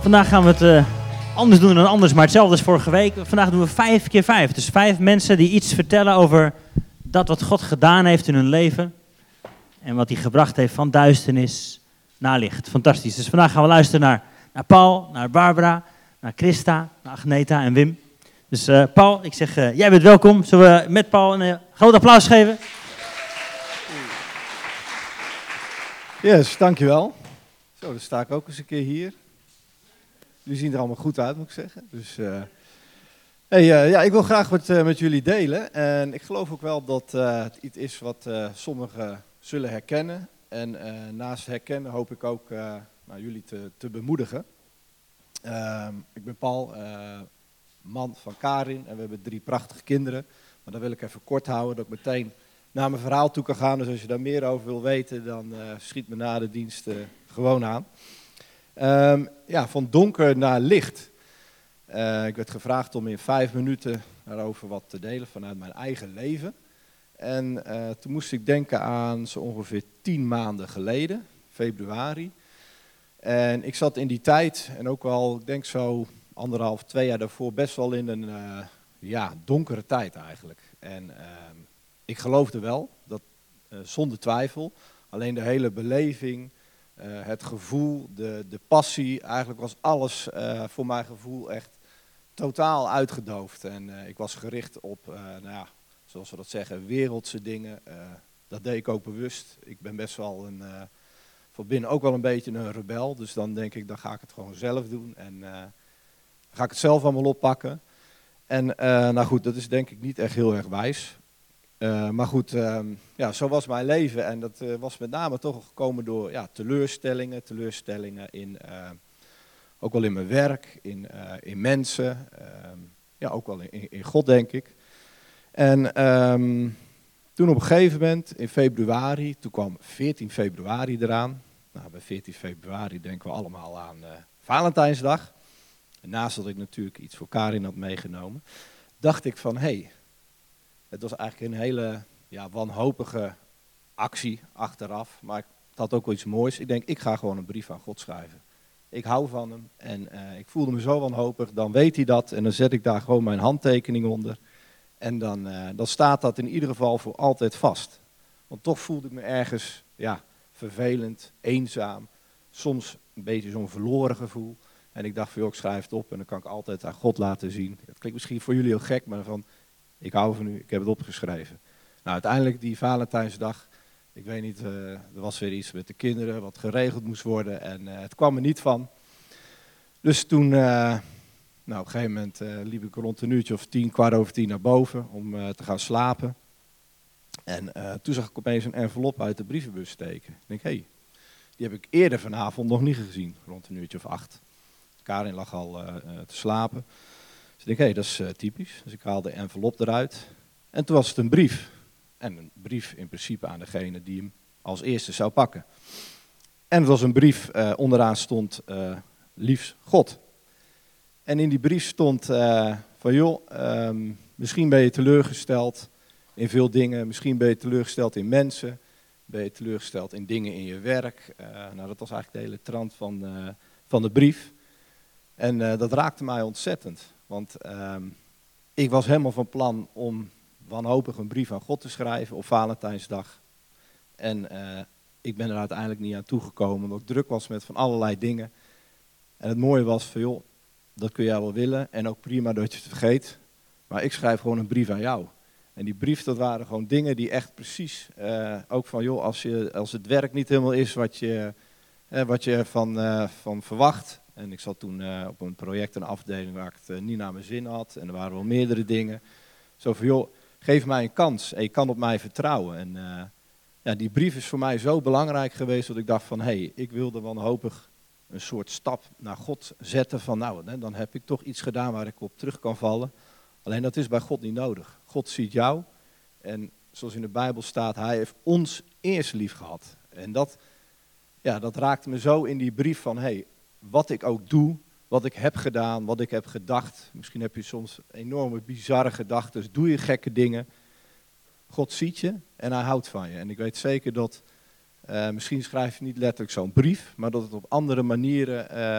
Vandaag gaan we het anders doen dan anders, maar hetzelfde als vorige week. Vandaag doen we 5 keer 5. Dus 5 mensen die iets vertellen over dat wat God gedaan heeft in hun leven. En wat hij gebracht heeft van duisternis naar licht. Fantastisch. Dus vandaag gaan we luisteren naar Paul, naar Barbara, naar Christa, naar Agneta en Wim. Dus Paul, ik zeg, jij bent welkom. Zullen we met Paul een groot applaus geven? Yes, dankjewel. Zo, dan sta ik ook eens een keer hier. Jullie zien er allemaal goed uit, moet ik zeggen. Dus, ik wil graag met jullie delen. En ik geloof ook wel dat het iets is wat sommigen zullen herkennen. En naast herkennen hoop ik ook jullie te bemoedigen. Ik ben Paul, man van Karin en we hebben 3 prachtige kinderen. Maar dat wil ik even kort houden, dat ik meteen naar mijn verhaal toe kan gaan. Dus als je daar meer over wil weten, dan schiet me na de dienst gewoon aan. Van donker naar licht. Ik werd gevraagd om in 5 minuten daarover wat te delen vanuit mijn eigen leven. En toen moest ik denken aan zo ongeveer 10 maanden geleden, februari. En ik zat in die tijd, en ook wel, ik denk zo 1,5, 2 jaar daarvoor, best wel in een donkere tijd eigenlijk. En ik geloofde wel, dat zonder twijfel, alleen de hele beleving, het gevoel, de passie, eigenlijk was alles voor mijn gevoel echt totaal uitgedoofd. En ik was gericht op, zoals we dat zeggen, wereldse dingen. Dat deed ik ook bewust. Ik ben best wel van binnen ook wel een beetje een rebel. Dus dan denk ik, dan ga ik het gewoon zelf doen. En dan ga ik het zelf allemaal oppakken. En dat is denk ik niet echt heel erg wijs. Zo was mijn leven. En dat was met name toch gekomen door teleurstellingen in, ook wel in mijn werk, in mensen, ook wel in God denk ik. En toen op een gegeven moment, in februari, toen kwam 14 februari eraan. Nou, bij 14 februari denken we allemaal aan Valentijnsdag. En naast dat ik natuurlijk iets voor Karin had meegenomen, dacht ik van, het was eigenlijk een hele wanhopige actie achteraf. Maar het had ook wel iets moois. Ik denk, ik ga gewoon een brief aan God schrijven. Ik hou van hem en ik voelde me zo wanhopig, dan weet hij dat. En dan zet ik daar gewoon mijn handtekening onder. En dan staat dat in ieder geval voor altijd vast. Want toch voelde ik me ergens vervelend, eenzaam. Soms een beetje zo'n verloren gevoel. En ik dacht van, ik schrijf het op en dan kan ik altijd aan God laten zien. Het klinkt misschien voor jullie heel gek, maar van, ik hou van u, ik heb het opgeschreven. Nou, uiteindelijk die Valentijnsdag, ik weet niet, er was weer iets met de kinderen wat geregeld moest worden en het kwam er niet van. Dus toen, op een gegeven moment liep ik rond een uurtje of 10, 9:15 naar boven om te gaan slapen. En toen zag ik opeens een envelop uit de brievenbus steken. Ik denk, die heb ik eerder vanavond nog niet gezien, rond een uurtje of 8. Karin lag al te slapen. Dus ik denk, dat is typisch. Dus ik haalde de envelop eruit. En toen was het een brief. En een brief in principe aan degene die hem als eerste zou pakken. En het was een brief, onderaan stond, liefs God. En in die brief stond misschien ben je teleurgesteld in veel dingen. Misschien ben je teleurgesteld in mensen. Ben je teleurgesteld in dingen in je werk. Dat was eigenlijk de hele trant van de brief. En dat raakte mij ontzettend. Want ik was helemaal van plan om wanhopig een brief aan God te schrijven op Valentijnsdag. En ik ben er uiteindelijk niet aan toegekomen, omdat ik druk was met van allerlei dingen. En het mooie was van, dat kun jij wel willen en ook prima dat je het vergeet. Maar ik schrijf gewoon een brief aan jou. En die brief, dat waren gewoon dingen die echt precies, ook van, als het werk niet helemaal is wat je van verwacht. En ik zat toen op een project, een afdeling waar ik het niet naar mijn zin had. En er waren wel meerdere dingen. Zo van, geef mij een kans. En je kan op mij vertrouwen. En die brief is voor mij zo belangrijk geweest dat ik dacht van, ik wilde wanhopig een soort stap naar God zetten. Van dan heb ik toch iets gedaan waar ik op terug kan vallen. Alleen dat is bij God niet nodig. God ziet jou. En zoals in de Bijbel staat, hij heeft ons eerst lief gehad. En dat raakte me zo in die brief van, wat ik ook doe, wat ik heb gedaan, wat ik heb gedacht. Misschien heb je soms enorme bizarre gedachten, doe je gekke dingen. God ziet je en hij houdt van je. En ik weet zeker dat, misschien schrijf je niet letterlijk zo'n brief, maar dat het op andere manieren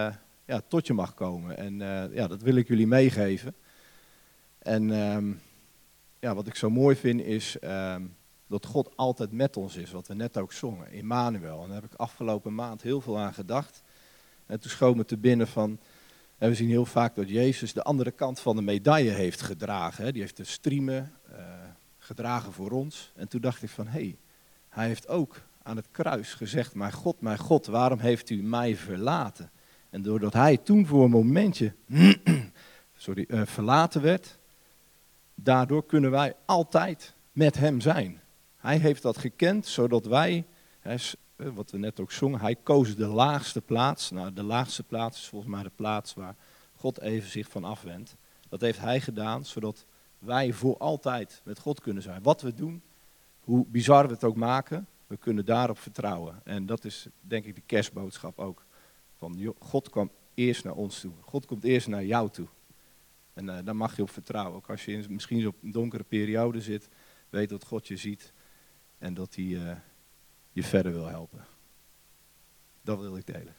tot je mag komen. En dat wil ik jullie meegeven. En wat ik zo mooi vind is dat God altijd met ons is, wat we net ook zongen, Immanuel. En daar heb ik afgelopen maand heel veel aan gedacht. En toen schoot me te binnen van, we zien heel vaak dat Jezus de andere kant van de medaille heeft gedragen. Hè. Die heeft de striemen gedragen voor ons. En toen dacht ik van, hij heeft ook aan het kruis gezegd, mijn God, waarom heeft u mij verlaten? En doordat hij toen voor een momentje verlaten werd, daardoor kunnen wij altijd met hem zijn. Hij heeft dat gekend, zodat wij, wat we net ook zongen, hij koos de laagste plaats. Nou, de laagste plaats is volgens mij de plaats waar God even zich van afwendt. Dat heeft hij gedaan, zodat wij voor altijd met God kunnen zijn. Wat we doen, hoe bizar we het ook maken, we kunnen daarop vertrouwen. En dat is denk ik de kerstboodschap ook. Van, God kwam eerst naar ons toe. God komt eerst naar jou toe. En daar mag je op vertrouwen. Ook als je misschien op een donkere periode zit, weet dat God je ziet en dat hij je verder wil helpen. Dat wil ik delen.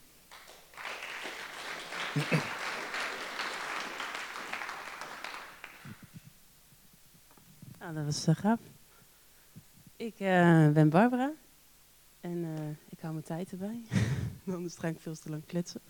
Nou, dat was gaaf. Ik ben Barbara en ik hou mijn tijd erbij. Anders ga ik veel te lang kletsen.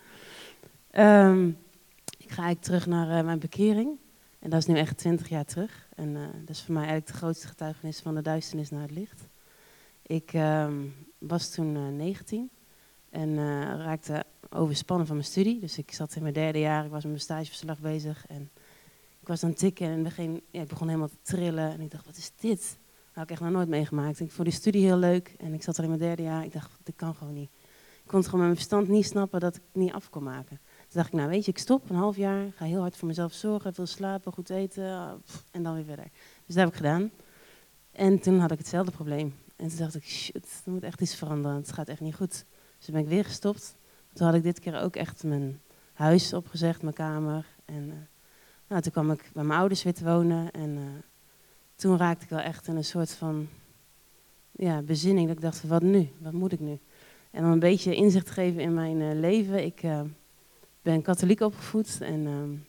Ik ga eigenlijk terug naar mijn bekering. En dat is nu echt 20 jaar terug. En dat is voor mij eigenlijk de grootste getuigenis van de duisternis naar het licht. Ik was toen 19 en raakte overspannen van mijn studie. Dus ik zat in mijn 3e jaar, ik was met mijn stageverslag bezig. En ik was aan het tikken en ik begon helemaal te trillen. En ik dacht, wat is dit? Dat had ik echt nog nooit meegemaakt. Ik vond die studie heel leuk en ik zat er in mijn 3e jaar. Ik dacht, dit kan gewoon niet. Ik kon het gewoon met mijn verstand niet snappen dat ik het niet af kon maken. Toen dacht ik, nou weet je, ik stop een half jaar, ga heel hard voor mezelf zorgen, veel slapen, goed eten en dan weer verder. Dus dat heb ik gedaan. En toen had ik hetzelfde probleem. En toen dacht ik, shit, er moet echt iets veranderen, het gaat echt niet goed. Dus toen ben ik weer gestopt. Toen had ik dit keer ook echt mijn huis opgezegd, mijn kamer. En toen kwam ik bij mijn ouders weer te wonen. En toen raakte ik wel echt in een soort van bezinning. Dat ik dacht, wat nu? Wat moet ik nu? En om een beetje inzicht te geven in mijn leven. Ik ben katholiek opgevoed. En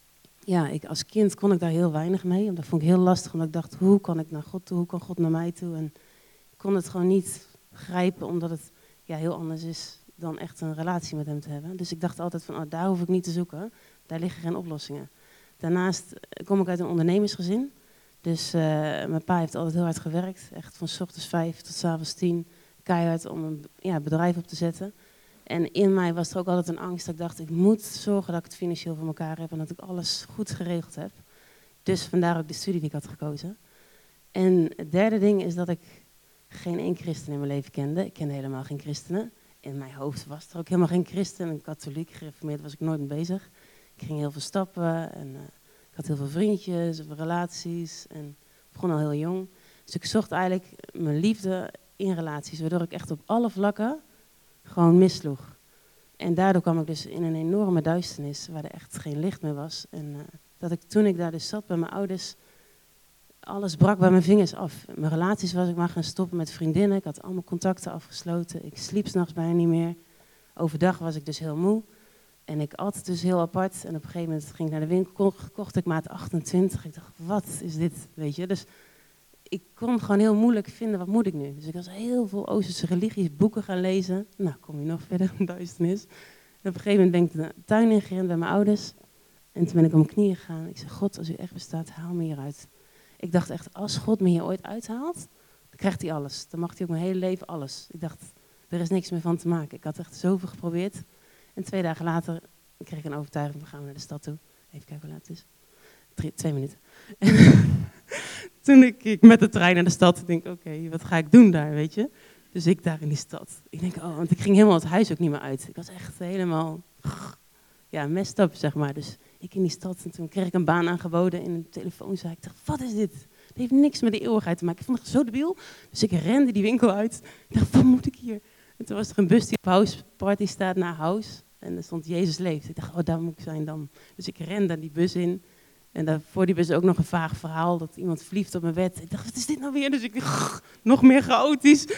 als kind kon ik daar heel weinig mee. Dat vond ik heel lastig, omdat ik dacht, hoe kan ik naar God toe? Hoe kan God naar mij toe? En ik kon het gewoon niet begrijpen, omdat het heel anders is dan echt een relatie met hem te hebben. Dus ik dacht altijd van, daar hoef ik niet te zoeken. Daar liggen geen oplossingen. Daarnaast kom ik uit een ondernemersgezin. Dus mijn pa heeft altijd heel hard gewerkt. Echt van 's ochtends 5 tot 's avonds 10. Keihard om een bedrijf op te zetten. En in mij was er ook altijd een angst dat ik dacht, ik moet zorgen dat ik het financieel voor elkaar heb en dat ik alles goed geregeld heb. Dus vandaar ook de studie die ik had gekozen. En het derde ding is dat ik geen één christen in mijn leven kende. Ik kende helemaal geen christenen. In mijn hoofd was er ook helemaal geen christen. Een katholiek, gereformeerd was ik nooit mee bezig. Ik ging heel veel stappen en ik had heel veel vriendjes, relaties en ik begon al heel jong. Dus ik zocht eigenlijk mijn liefde in relaties, waardoor ik echt op alle vlakken gewoon missloeg. En daardoor kwam ik dus in een enorme duisternis waar er echt geen licht meer was. En dat ik toen ik daar dus zat bij mijn ouders, alles brak bij mijn vingers af. Mijn relaties was ik maar gaan stoppen met vriendinnen. Ik had allemaal contacten afgesloten. Ik sliep 's nachts bijna niet meer. Overdag was ik dus heel moe. En ik at dus heel apart. En op een gegeven moment ging ik naar de winkel, kocht ik maat 28. Ik dacht, wat is dit, weet je. Dus ik kon gewoon heel moeilijk vinden, wat moet ik nu? Dus ik was heel veel Oosterse religies, boeken gaan lezen. Nou, kom je nog verder in duisternis. En op een gegeven moment ben ik de tuin ingerend bij mijn ouders. En toen ben ik op mijn knieën gegaan. Ik zei, God, als u echt bestaat, haal me hieruit. Ik dacht echt, als God me hier ooit uithaalt, dan krijgt hij alles. Dan mag hij ook mijn hele leven alles. Ik dacht, er is niks meer van te maken. Ik had echt zoveel geprobeerd. En 2 dagen later kreeg ik een overtuiging, dan gaan we naar de stad toe. Even kijken hoe laat het is. 2 minuten. Toen ik met de trein naar de stad, denk ik, oké, wat ga ik doen daar, weet je? Dus ik daar in die stad. Ik denk, want ik ging helemaal het huis ook niet meer uit. Ik was echt helemaal, messed up, zeg maar. Dus ik in die stad en toen kreeg ik een baan aangeboden in een telefoonzaak. Ik dacht, wat is dit? Het heeft niks met de eeuwigheid te maken. Ik vond het zo debiel. Dus ik rende die winkel uit. Ik dacht, wat moet ik hier? En toen was er een bus die op House Party staat naar House. En er stond Jezus leeft. Ik dacht, daar moet ik zijn dan. Dus ik rende die bus in. En daar voor die bus ook nog een vaag verhaal dat iemand verliefd op me werd. Ik dacht, wat is dit nou weer? Dus ik nog meer chaotisch. Dus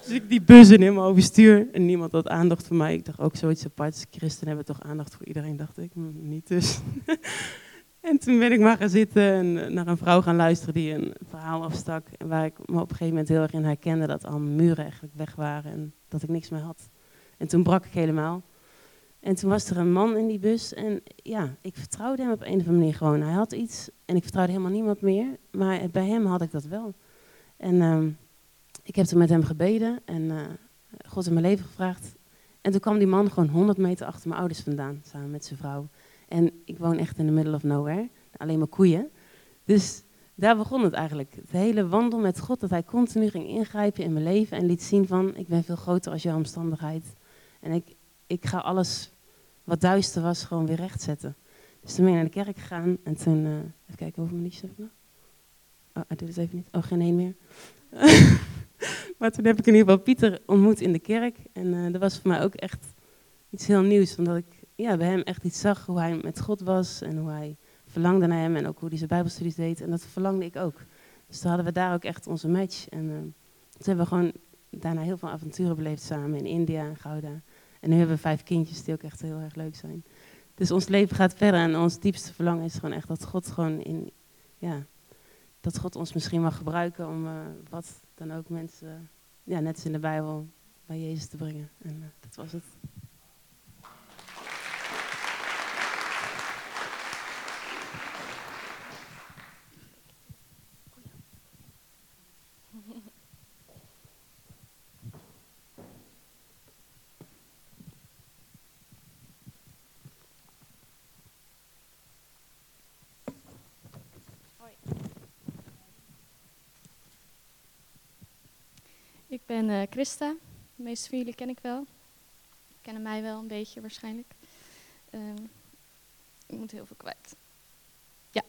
Dus ik die bus in helemaal overstuur en niemand had aandacht voor mij. Ik dacht ook zoiets aparts. Christen hebben toch aandacht voor iedereen, dacht ik. Niet dus. En toen ben ik maar gaan zitten en naar een vrouw gaan luisteren die een verhaal afstak. En waar ik me op een gegeven moment heel erg in herkende dat al mijn muren eigenlijk weg waren en dat ik niks meer had. En toen brak ik helemaal. En toen was er een man in die bus en ja, ik vertrouwde hem op een of andere manier gewoon. Hij had iets en ik vertrouwde helemaal niemand meer, maar bij hem had ik dat wel. En ik heb toen met hem gebeden en God in mijn leven gevraagd. En toen kwam die man gewoon 100 meter achter mijn ouders vandaan, samen met zijn vrouw. En ik woon echt in the middle of nowhere, alleen maar koeien. Dus daar begon het eigenlijk. Het hele wandel met God, dat hij continu ging ingrijpen in mijn leven en liet zien van, ik ben veel groter als jouw omstandigheid. En ik ga alles wat duister was gewoon weer rechtzetten. Dus toen ben ik naar de kerk gegaan en toen, even kijken, hoeveel minuutjes heb ik nog? Oh, hij doet het even niet. Oh, geen één meer. Maar toen heb ik in ieder geval Pieter ontmoet in de kerk. En dat was voor mij ook echt iets heel nieuws. Omdat ik bij hem echt iets zag hoe hij met God was. En hoe hij verlangde naar hem. En ook hoe hij zijn bijbelstudies deed. En dat verlangde ik ook. Dus toen hadden we daar ook echt onze match. En toen hebben we gewoon daarna heel veel avonturen beleefd samen. In India en Gouda. En nu hebben we 5 kindjes die ook echt heel erg leuk zijn. Dus ons leven gaat verder. En ons diepste verlangen is gewoon echt dat God gewoon dat God ons misschien mag gebruiken om wat dan ook mensen, net als in de Bijbel, bij Jezus te brengen. En dat was het. Ik ben Christa. De meeste van jullie ken ik wel. Kennen mij wel een beetje waarschijnlijk. Ik moet heel veel kwijt. Ja.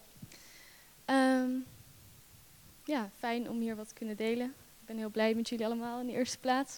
Fijn om hier wat te kunnen delen. Ik ben heel blij met jullie allemaal in de eerste plaats.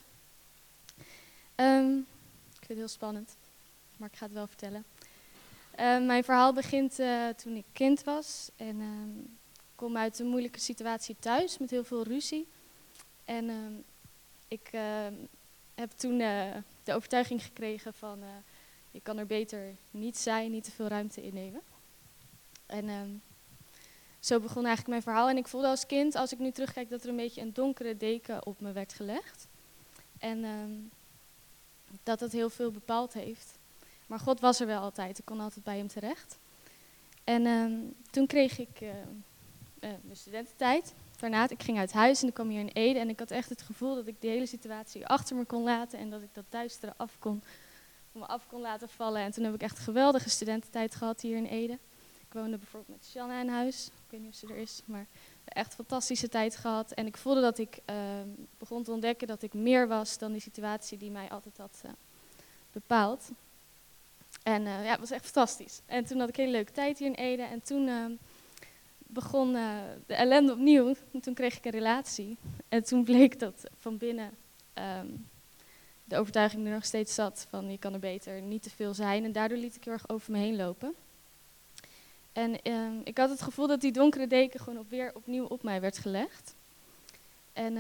Ik vind het heel spannend, maar ik ga het wel vertellen. Mijn verhaal begint toen ik kind was. En ik kom uit een moeilijke situatie thuis met heel veel ruzie. En ik heb toen de overtuiging gekregen van je kan er beter niet zijn, niet te veel ruimte innemen. En zo begon eigenlijk mijn verhaal. En ik voelde als kind, als ik nu terugkijk, dat er een beetje een donkere deken op me werd gelegd. En dat het heel veel bepaald heeft. Maar God was er wel altijd, ik kon altijd bij hem terecht. En toen kreeg ik mijn studententijd. Daarna, ik ging uit huis en ik kwam hier in Ede en ik had echt het gevoel dat ik de hele situatie achter me kon laten en dat ik dat duistere van me af kon laten vallen. En toen heb ik echt een geweldige studententijd gehad hier in Ede. Ik woonde bijvoorbeeld met Shanna in huis, ik weet niet of ze er is, maar echt een fantastische tijd gehad. En ik voelde dat ik begon te ontdekken dat ik meer was dan die situatie die mij altijd had bepaald. En het was echt fantastisch. En toen had ik een hele leuke tijd hier in Ede en toen begon de ellende opnieuw. En toen kreeg ik een relatie. En toen bleek dat van binnen de overtuiging er nog steeds zat van je kan er beter niet te veel zijn. En daardoor liet ik heel erg over me heen lopen. En ik had het gevoel dat die donkere deken gewoon weer opnieuw op mij werd gelegd. En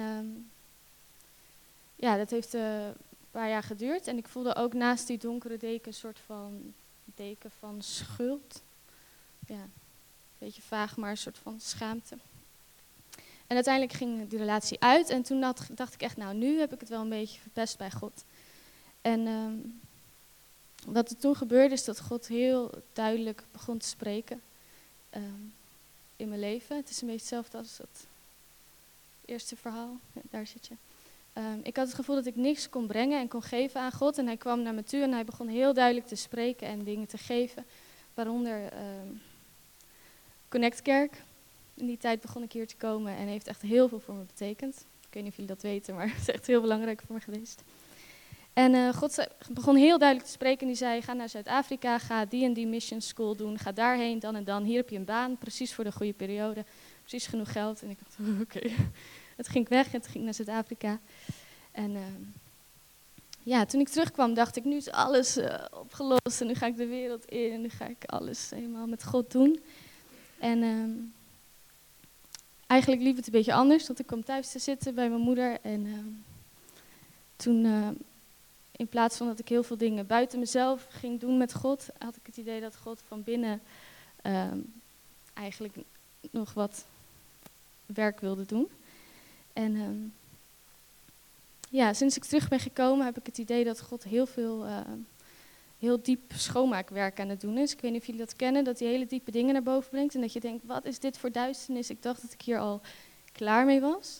dat heeft een paar jaar geduurd. En ik voelde ook naast die donkere deken een soort van deken van schuld. Ja. Beetje vaag, maar een soort van schaamte. En uiteindelijk ging die relatie uit en toen dacht ik echt, nou nu heb ik het wel een beetje verpest bij God. En wat er toen gebeurde is dat God heel duidelijk begon te spreken in mijn leven. Het is een beetje hetzelfde als het eerste verhaal. Ja, daar zit je. Ik had het gevoel dat ik niks kon brengen en kon geven aan God. En hij kwam naar me toe en hij begon heel duidelijk te spreken en dingen te geven. Waaronder Connect Kerk. In die tijd begon ik hier te komen en heeft echt heel veel voor me betekend. Ik weet niet of jullie dat weten, maar het is echt heel belangrijk voor me geweest. En God begon heel duidelijk te spreken en die zei, ga naar Zuid-Afrika, ga die en die mission school doen, ga daarheen, dan en dan. Hier heb je een baan, precies voor de goede periode, precies genoeg geld. En ik dacht, oké. Het ging weg en toen ging ik naar Zuid-Afrika. En toen ik terugkwam dacht ik, nu is alles opgelost en nu ga ik de wereld in en nu ga ik alles helemaal met God doen. En eigenlijk liep het een beetje anders, want ik kwam thuis te zitten bij mijn moeder en toen, in plaats van dat ik heel veel dingen buiten mezelf ging doen met God, had ik het idee dat God van binnen eigenlijk nog wat werk wilde doen. En ja, sinds ik terug ben gekomen heb ik het idee dat God heel diep schoonmaakwerk aan het doen is. Ik weet niet of jullie dat kennen, dat hij hele diepe dingen naar boven brengt. En dat je denkt, wat is dit voor duisternis? Ik dacht dat ik hier al klaar mee was.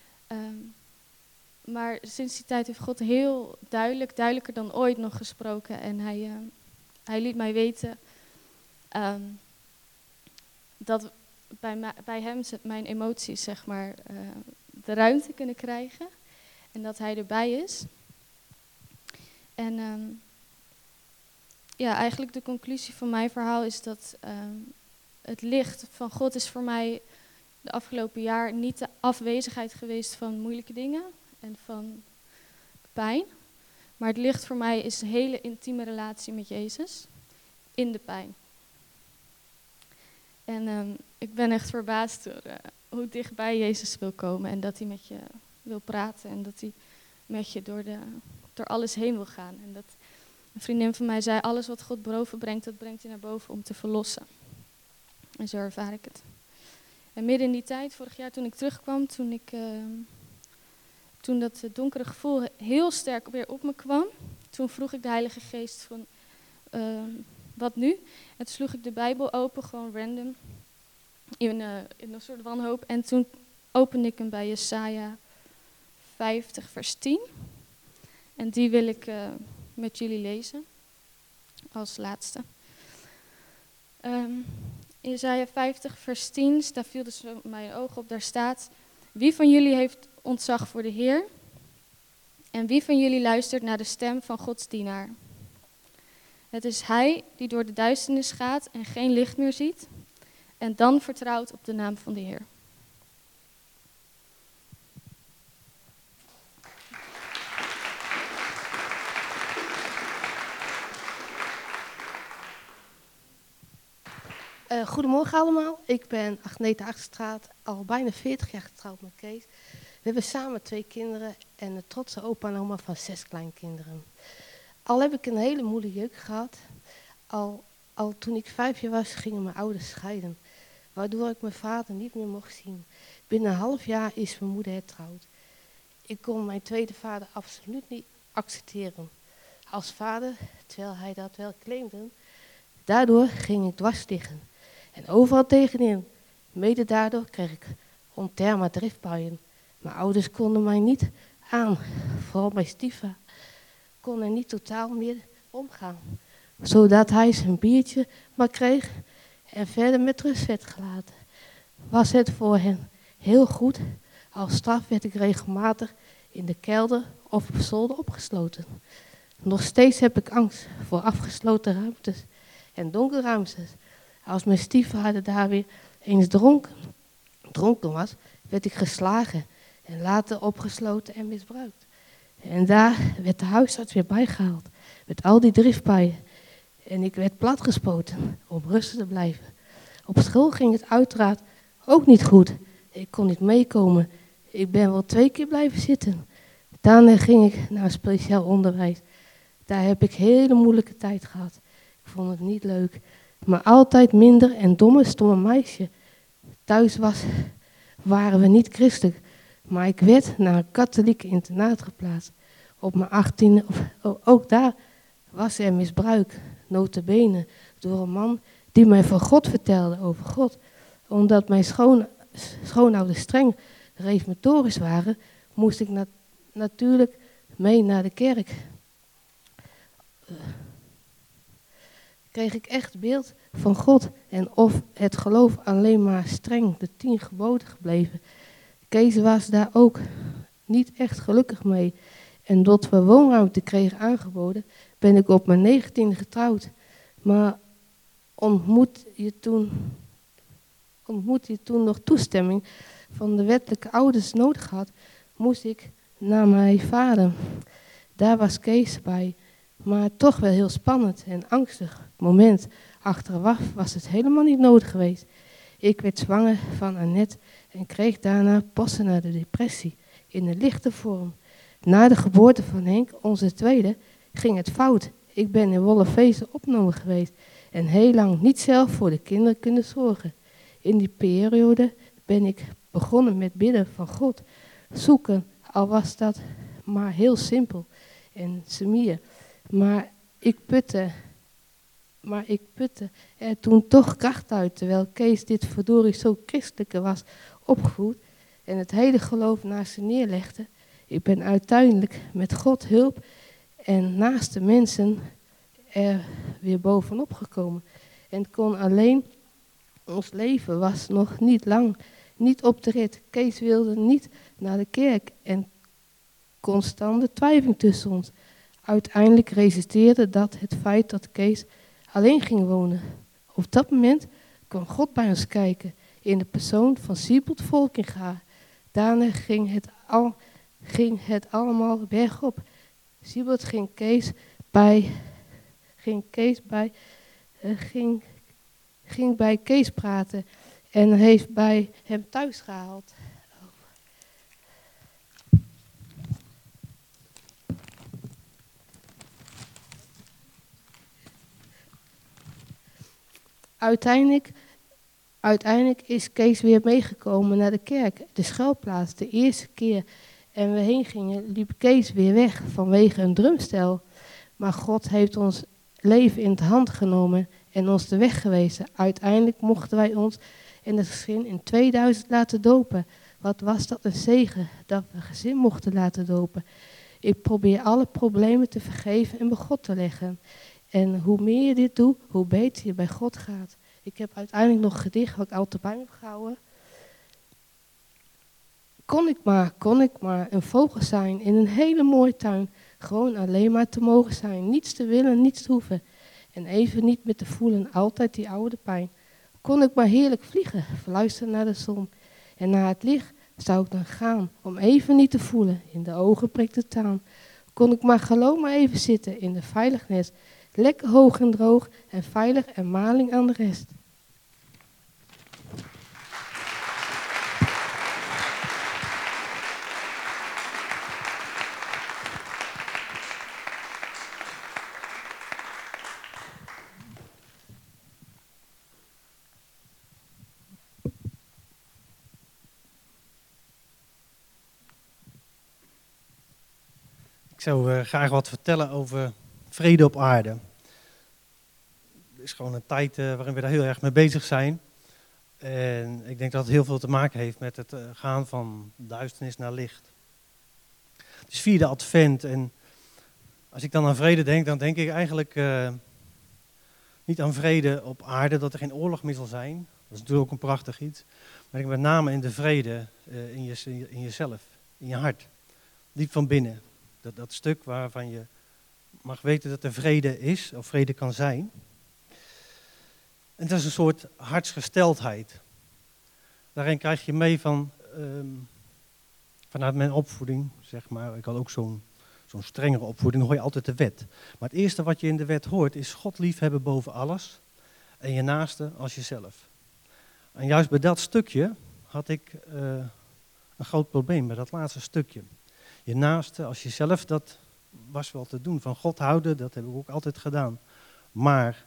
Maar sinds die tijd heeft God heel duidelijker dan ooit nog gesproken. En hij liet mij weten dat bij hem mijn emoties, zeg maar, de ruimte kunnen krijgen. En dat hij erbij is. En ja, eigenlijk de conclusie van mijn verhaal is dat het licht van God is voor mij de afgelopen jaar niet de afwezigheid geweest van moeilijke dingen en van pijn. Maar het licht voor mij is een hele intieme relatie met Jezus in de pijn. En ik ben echt verbaasd door hoe dichtbij Jezus wil komen en dat hij met je wil praten en dat hij met je door alles heen wil gaan. En dat een vriendin van mij zei, alles wat God boven brengt, dat brengt hij naar boven om te verlossen. En zo ervaar ik het. En midden in die tijd, vorig jaar toen ik terugkwam, toen dat donkere gevoel heel sterk weer op me kwam, toen vroeg ik de Heilige Geest van, wat nu? En toen sloeg ik de Bijbel open, gewoon random, in een soort wanhoop. En toen opende ik hem bij Jesaja 50 vers 10. En die wil ik met jullie lezen, als laatste. Jesaja 50 vers 10, daar viel dus mijn oog op, daar staat: wie van jullie heeft ontzag voor de Heer? En wie van jullie luistert naar de stem van Gods dienaar? Het is hij die door de duisternis gaat en geen licht meer ziet, en dan vertrouwt op de naam van de Heer. Goedemorgen allemaal, ik ben Agneta Achterstraat, al bijna 40 jaar getrouwd met Kees. We hebben samen 2 kinderen en een trotse opa en oma van 6 kleinkinderen. Al heb ik een hele moeilijke jeugd gehad, al toen ik 5 jaar was gingen mijn ouders scheiden, waardoor ik mijn vader niet meer mocht zien. Binnen een half jaar is mijn moeder hertrouwd. Ik kon mijn tweede vader absoluut niet accepteren als vader, terwijl hij dat wel claimde. Daardoor ging ik dwars liggen en overal tegenin. Mede daardoor kreeg ik onterma driftbuien. Mijn ouders konden mij niet aan, vooral mijn stiefvader kon er niet totaal meer omgaan. Zodat hij zijn biertje maar kreeg en verder met rust werd gelaten. Was het voor hen heel goed, als straf werd ik regelmatig in de kelder of op zolder opgesloten. Nog steeds heb ik angst voor afgesloten ruimtes en donkerruimtes. Als mijn stiefvader daar weer eens dronken was, werd ik geslagen en later opgesloten en misbruikt. En daar werd de huisarts weer bijgehaald met al die driftbuien. En ik werd platgespoten om rustig te blijven. Op school ging het uiteraard ook niet goed. Ik kon niet meekomen. Ik ben wel 2 keer blijven zitten. Daarna ging ik naar speciaal onderwijs. Daar heb ik hele moeilijke tijd gehad. Ik vond het niet leuk. Maar altijd minder en domme, stomme meisje. Thuis waren we niet christelijk. Maar ik werd naar een katholieke internaat geplaatst. Op mijn 18e, ook daar was er misbruik. Nota bene door een man die mij van God vertelde over God. Omdat mijn schoonouders streng reformatorisch waren, moest ik natuurlijk mee naar de kerk. Kreeg ik echt beeld van God en of het geloof alleen maar streng de 10 geboden gebleven. Kees was daar ook niet echt gelukkig mee. En doordat we woonruimte kregen aangeboden, ben ik op mijn 19e getrouwd. Maar ontmoet je toen nog toestemming van de wettelijke ouders nodig had, moest ik naar mijn vader. Daar was Kees bij, maar toch wel heel spannend en angstig moment. Achteraf was het helemaal niet nodig geweest. Ik werd zwanger van Annette en kreeg daarna passen naar de depressie in een lichte vorm. Na de geboorte van Henk, onze tweede, ging het fout. Ik ben in Wollevezen opgenomen geweest en heel lang niet zelf voor de kinderen kunnen zorgen. In die periode ben ik begonnen met bidden van God. Zoeken, al was dat maar heel simpel en semier. Maar ik putte er toen toch kracht uit, terwijl Kees dit verdorie zo christelijke was opgevoed en het hele geloof naast ze neerlegde. Ik ben uiteindelijk met God hulp en naast de mensen er weer bovenop gekomen. En kon alleen, ons leven was nog niet lang, niet op de rit. Kees wilde niet naar de kerk en constante twijfel tussen ons. Uiteindelijk resulteerde dat het feit dat Kees alleen ging wonen. Op dat moment kwam God bij ons kijken in de persoon van Siebold Volkinga. Daarna ging het allemaal bergop. Siebold ging bij Kees praten en heeft bij hem thuis gehaald. Uiteindelijk is Kees weer meegekomen naar de kerk, de schuilplaats, de eerste keer. En we heen gingen, liep Kees weer weg vanwege een drumstel. Maar God heeft ons leven in de hand genomen en ons de weg gewezen. Uiteindelijk mochten wij ons in het gezin in 2000 laten dopen. Wat was dat een zegen, dat we gezin mochten laten dopen. Ik probeer alle problemen te vergeven en bij God te leggen. En hoe meer je dit doet, hoe beter je bij God gaat. Ik heb uiteindelijk nog een gedicht wat ik altijd bij me heb gehouden. Kon ik maar een vogel zijn in een hele mooie tuin. Gewoon alleen maar te mogen zijn. Niets te willen, niets te hoeven. En even niet meer te voelen, altijd die oude pijn. Kon ik maar heerlijk vliegen, verluisteren naar de zon. En naar het licht zou ik dan gaan, om even niet te voelen. In de ogen prikt de taan. Kon ik maar gewoon maar even zitten in de veilig nest. Lekker hoog en droog en veilig en maling aan de rest. Ik zou graag wat vertellen over vrede op aarde. Het is gewoon een tijd waarin we daar heel erg mee bezig zijn. En ik denk dat het heel veel te maken heeft met het gaan van duisternis naar licht. Het is vierde advent en als ik dan aan vrede denk, dan denk ik eigenlijk niet aan vrede op aarde, dat er geen oorlog meer zal zijn. Dat is natuurlijk ook een prachtig iets. Maar ik denk met name in de vrede in jezelf, in je hart, diep van binnen. Dat stuk waarvan je mag weten dat er vrede is, of vrede kan zijn. En dat is een soort hartsgesteldheid. Daarin krijg je mee vanuit mijn opvoeding, zeg maar. Ik had ook zo'n strengere opvoeding, dan hoor je altijd de wet. Maar het eerste wat je in de wet hoort is God liefhebben boven alles. En je naaste als jezelf. En juist bij dat stukje had ik een groot probleem, bij dat laatste stukje. Je naaste als jezelf, dat was wel te doen. Van God houden, dat heb ik ook altijd gedaan. Maar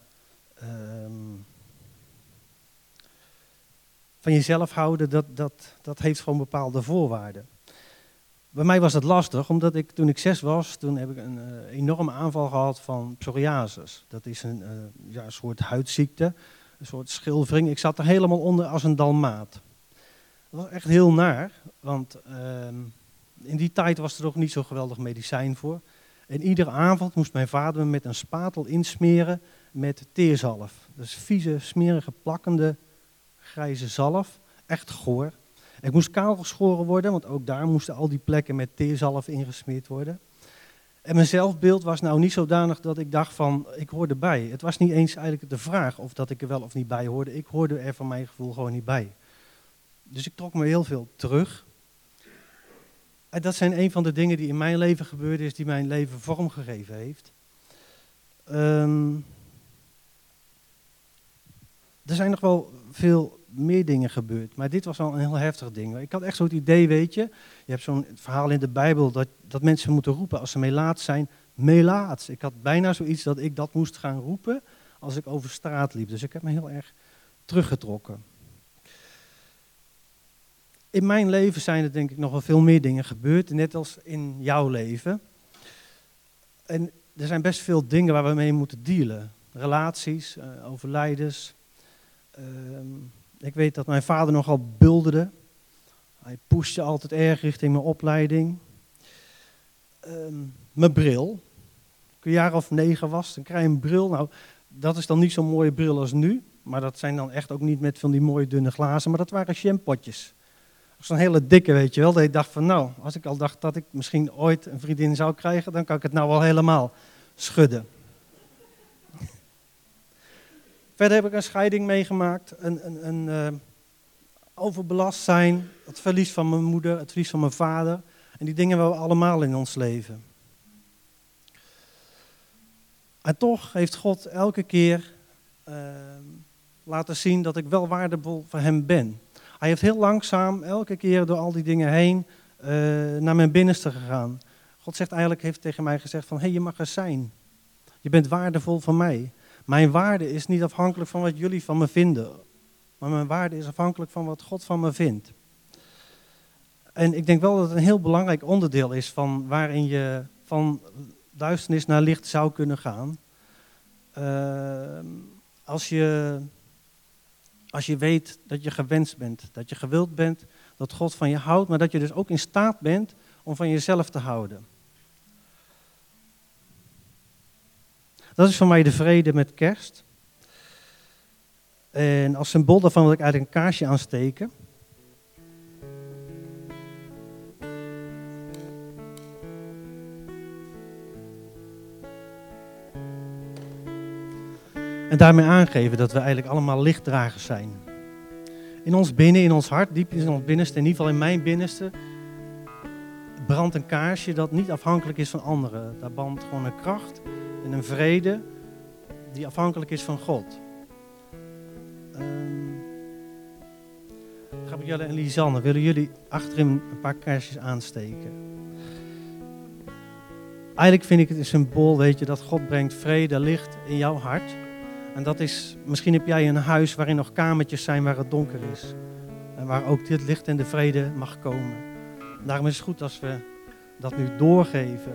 van jezelf houden, dat heeft gewoon bepaalde voorwaarden. Bij mij was het lastig, omdat toen ik 6 was, toen heb ik een enorme aanval gehad van psoriasis. Dat is een soort huidziekte, een soort schilfering. Ik zat er helemaal onder als een dalmaat. Dat was echt heel naar, want in die tijd was er ook niet zo geweldig medicijn voor. En iedere avond moest mijn vader me met een spatel insmeren met teerzalf. Dus vieze, smerige, plakkende, grijze zalf. Echt goor. Ik moest kaal geschoren worden, want ook daar moesten al die plekken met teerzalf ingesmeerd worden. En mijn zelfbeeld was nou niet zodanig dat ik dacht van, ik hoor erbij. Het was niet eens eigenlijk de vraag of dat ik er wel of niet bij hoorde. Ik hoorde er van mijn gevoel gewoon niet bij. Dus ik trok me heel veel terug. En dat zijn een van de dingen die in mijn leven gebeurd is, die mijn leven vormgegeven heeft. Er zijn nog wel veel meer dingen gebeurd. Maar dit was al een heel heftig ding. Ik had echt zo het idee, weet je. Je hebt zo'n verhaal in de Bijbel dat mensen moeten roepen als ze melaats zijn. Melaats. Ik had bijna zoiets dat ik dat moest gaan roepen als ik over straat liep. Dus ik heb me heel erg teruggetrokken. In mijn leven zijn er denk ik nog wel veel meer dingen gebeurd. Net als in jouw leven. En er zijn best veel dingen waar we mee moeten dealen. Relaties, overlijdens. Ik weet dat mijn vader nogal bulderde. Hij pushte altijd erg richting mijn opleiding. Mijn bril. Toen ik een jaar of 9 was, dan krijg je een bril. Nou, dat is dan niet zo'n mooie bril als nu. Maar dat zijn dan echt ook niet met van die mooie dunne glazen. Maar dat waren jampotjes. Zo'n hele dikke, weet je wel. Dat ik dacht van nou, als ik al dacht dat ik misschien ooit een vriendin zou krijgen, dan kan ik het nou wel helemaal schudden. Verder heb ik een scheiding meegemaakt. Een overbelast zijn. Het verlies van mijn moeder, het verlies van mijn vader. En die dingen hebben we allemaal in ons leven. En toch heeft God elke keer laten zien dat ik wel waardevol voor hem ben. Hij heeft heel langzaam elke keer door al die dingen heen naar mijn binnenste gegaan. God heeft tegen mij gezegd van, je mag er zijn. Je bent waardevol voor mij. Mijn waarde is niet afhankelijk van wat jullie van me vinden. Maar mijn waarde is afhankelijk van wat God van me vindt. En ik denk wel dat het een heel belangrijk onderdeel is van waarin je van duisternis naar licht zou kunnen gaan. Als je weet dat je gewenst bent, dat je gewild bent, dat God van je houdt, maar dat je dus ook in staat bent om van jezelf te houden. Dat is voor mij de vrede met kerst. En als symbool daarvan wil ik eigenlijk een kaarsje aansteken. En daarmee aangeven dat we eigenlijk allemaal lichtdragers zijn. In ons binnen, in ons hart, diep in ons binnenste, in ieder geval in mijn binnenste, brandt een kaarsje dat niet afhankelijk is van anderen. Daar brandt gewoon een kracht en een vrede die afhankelijk is van God. Gabrielle en Lisanne, willen jullie achterin een paar kaarsjes aansteken? Eigenlijk vind ik het een symbool, weet je, dat God brengt vrede, licht in jouw hart. En dat is, misschien heb jij een huis waarin nog kamertjes zijn waar het donker is. En waar ook dit licht en de vrede mag komen. Daarom is het goed als we dat nu doorgeven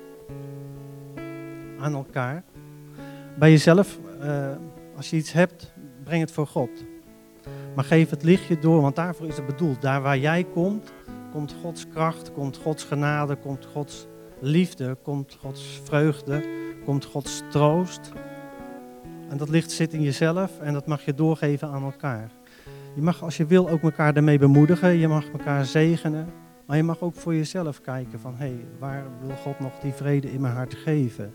aan elkaar. Bij jezelf, als je iets hebt, breng het voor God. Maar geef het lichtje door, want daarvoor is het bedoeld. Daar waar jij komt, komt Gods kracht, komt Gods genade, komt Gods liefde, komt Gods vreugde, komt Gods troost. En dat licht zit in jezelf en dat mag je doorgeven aan elkaar. Je mag als je wil ook elkaar daarmee bemoedigen, je mag elkaar zegenen. Maar je mag ook voor jezelf kijken van, waar wil God nog die vrede in mijn hart geven?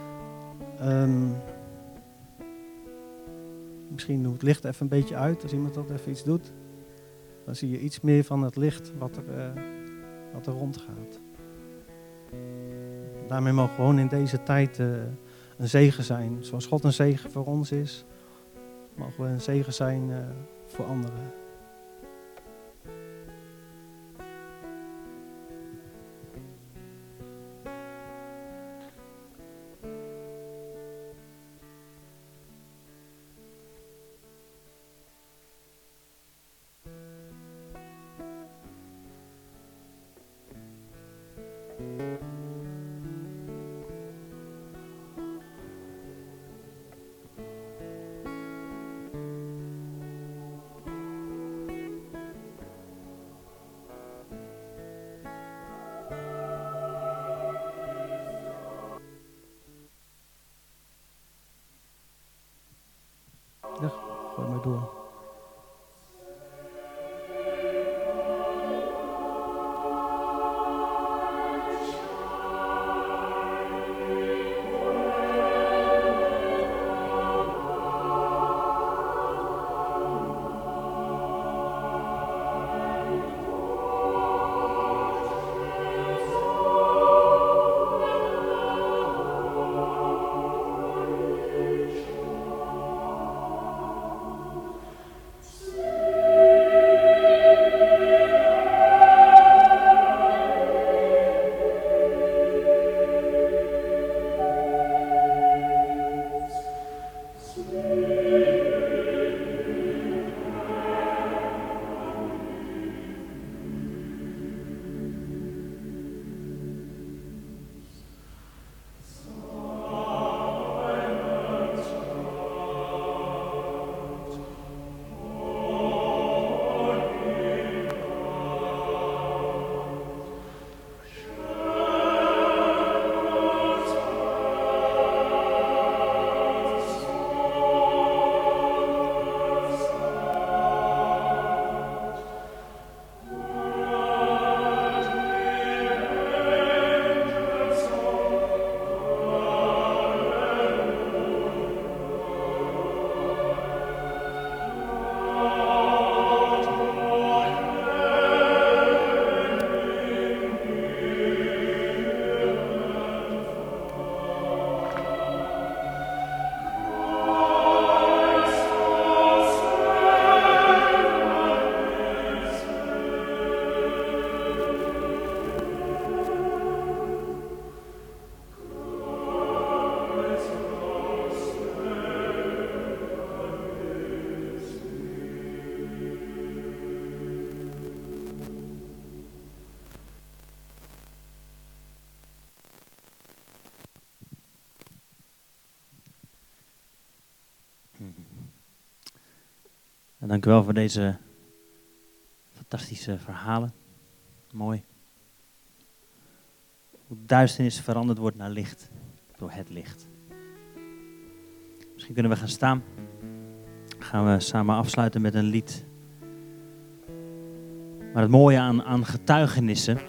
Misschien doet het licht even een beetje uit, als iemand dat even iets doet. Dan zie je iets meer van het licht wat er rondgaat. Daarmee mogen we gewoon in deze tijd een zegen zijn. Zoals God een zegen voor ons is, mogen we een zegen zijn voor anderen. Ja, gooi maar door. Dank u wel voor deze fantastische verhalen. Mooi. Hoe duisternis veranderd wordt naar licht door het licht. Misschien kunnen we gaan staan. Gaan we samen afsluiten met een lied. Maar het mooie aan getuigenissen.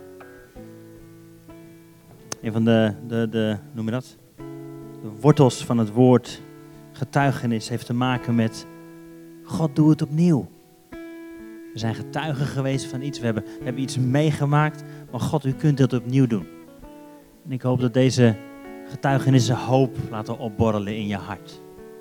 Een van de noem je dat? De wortels van het woord getuigenis heeft te maken met God, doe het opnieuw. We zijn getuigen geweest van iets. We hebben iets meegemaakt. Maar God, u kunt het opnieuw doen. En ik hoop dat deze getuigenissen hoop laten opborrelen in je hart.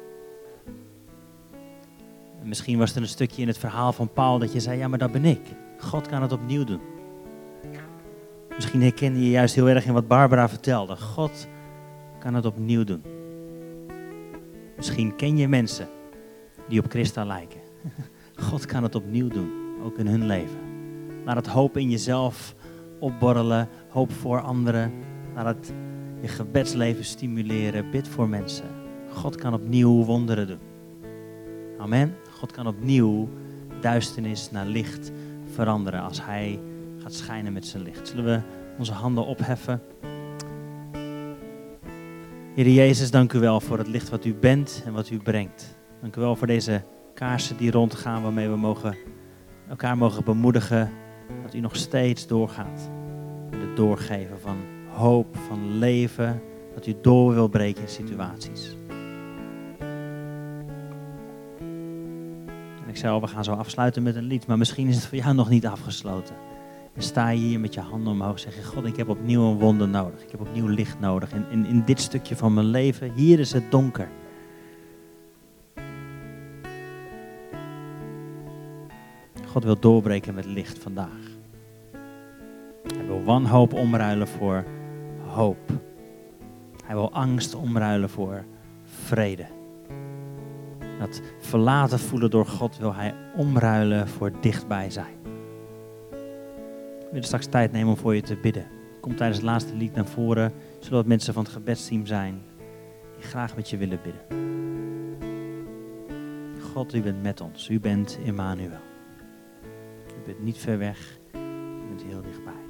En misschien was er een stukje in het verhaal van Paul dat je zei, ja, maar dat ben ik. God kan het opnieuw doen. Misschien herken je juist heel erg in wat Barbara vertelde. God kan het opnieuw doen. Misschien ken je mensen die op Christa lijken. God kan het opnieuw doen, ook in hun leven. Laat het hoop in jezelf opborrelen, hoop voor anderen. Laat het je gebedsleven stimuleren, bid voor mensen. God kan opnieuw wonderen doen. Amen. God kan opnieuw duisternis naar licht veranderen als Hij gaat schijnen met zijn licht. Zullen we onze handen opheffen? Heer Jezus, dank u wel voor het licht wat u bent en wat u brengt. Dank u wel voor deze kaarsen die rondgaan waarmee we elkaar mogen bemoedigen dat u nog steeds doorgaat. Met het doorgeven van hoop, van leven, dat u door wil breken in situaties. En ik zei al, we gaan zo afsluiten met een lied, maar misschien is het voor jou nog niet afgesloten. En sta je hier met je handen omhoog en zeg je, God, ik heb opnieuw een wonder nodig. Ik heb opnieuw licht nodig. En in dit stukje van mijn leven, hier is het donker. God wil doorbreken met licht vandaag. Hij wil wanhoop omruilen voor hoop. Hij wil angst omruilen voor vrede. Dat verlaten voelen door God wil hij omruilen voor dichtbij zijn. We willen straks tijd nemen om voor je te bidden. Kom tijdens het laatste lied naar voren. Zullen wat mensen van het gebedsteam zijn die graag met je willen bidden. God, u bent met ons. U bent Emmanuel. U bent niet ver weg. U bent heel dichtbij.